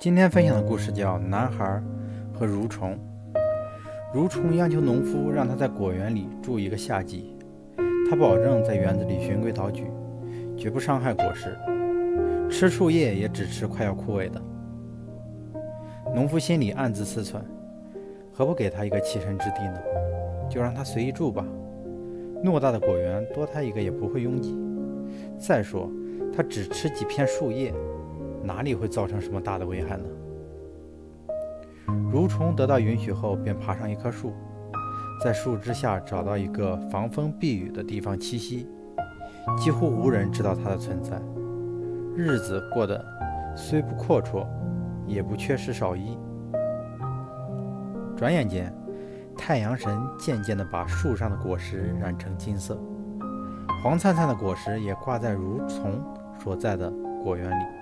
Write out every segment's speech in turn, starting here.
今天分享的故事叫《男孩和蠕虫》。蠕虫央求农夫让他在果园里住一个夏季，他保证在园子里循规蹈矩，绝不伤害果实，吃树叶也只吃快要枯萎的。农夫心里暗自思忖，何不给他一个栖身之地呢？就让他随意住吧。偌大的果园，多他一个也不会拥挤。再说，他只吃几片树叶，哪里会造成什么大的危害呢？蠕虫得到允许后，便爬上一棵树，在树枝下找到一个防风避雨的地方栖息，几乎无人知道它的存在。日子过得虽不阔绰，也不缺食少衣。转眼间，太阳神渐渐地把树上的果实染成金色，黄灿灿的果实也挂在蠕虫所在的果园里。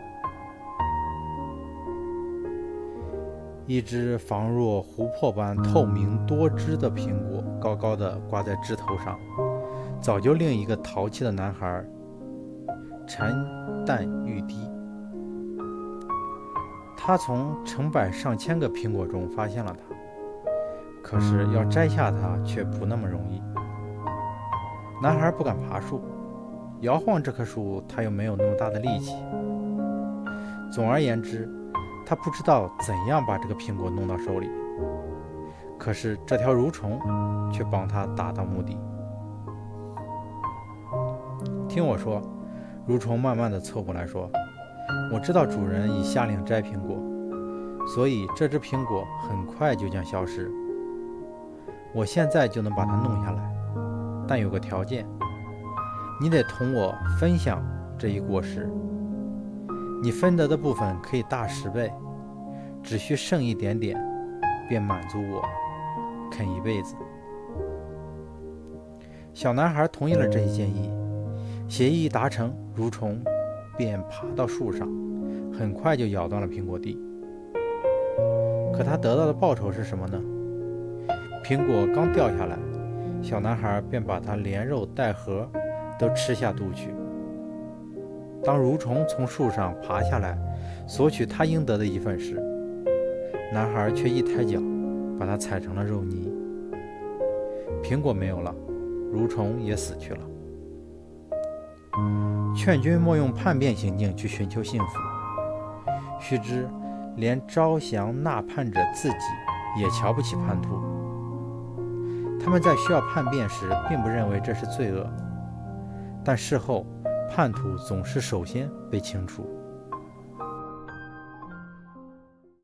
一只仿若琥珀般透明多汁的苹果高高地挂在枝头上，早就令一个淘气的男孩馋涎欲滴。他从成百上千个苹果中发现了它，可是要摘下它却不那么容易。男孩不敢爬树，摇晃这棵树他又没有那么大的力气。总而言之，他不知道怎样把这个苹果弄到手里，可是这条蠕虫却帮他达到目的。听我说，蠕虫慢慢地凑过来说，我知道主人已下令摘苹果，所以这只苹果很快就将消失。我现在就能把它弄下来，但有个条件，你得同我分享这一果实。你分得的部分可以大10倍，只需剩一点点，便满足我，啃一辈子。小男孩同意了这一建议，协议达成，蠕虫便爬到树上，很快就咬断了苹果蒂。可他得到的报酬是什么呢？苹果刚掉下来，小男孩便把它连肉带核都吃下肚去。当蠕虫从树上爬下来，索取他应得的一份时，男孩却一抬脚，把它踩成了肉泥。苹果没有了，蠕虫也死去了。劝君莫用叛变行径去寻求幸福。须知，连招降纳叛者自己也瞧不起叛徒。他们在需要叛变时，并不认为这是罪恶，但事后叛徒总是首先被清除。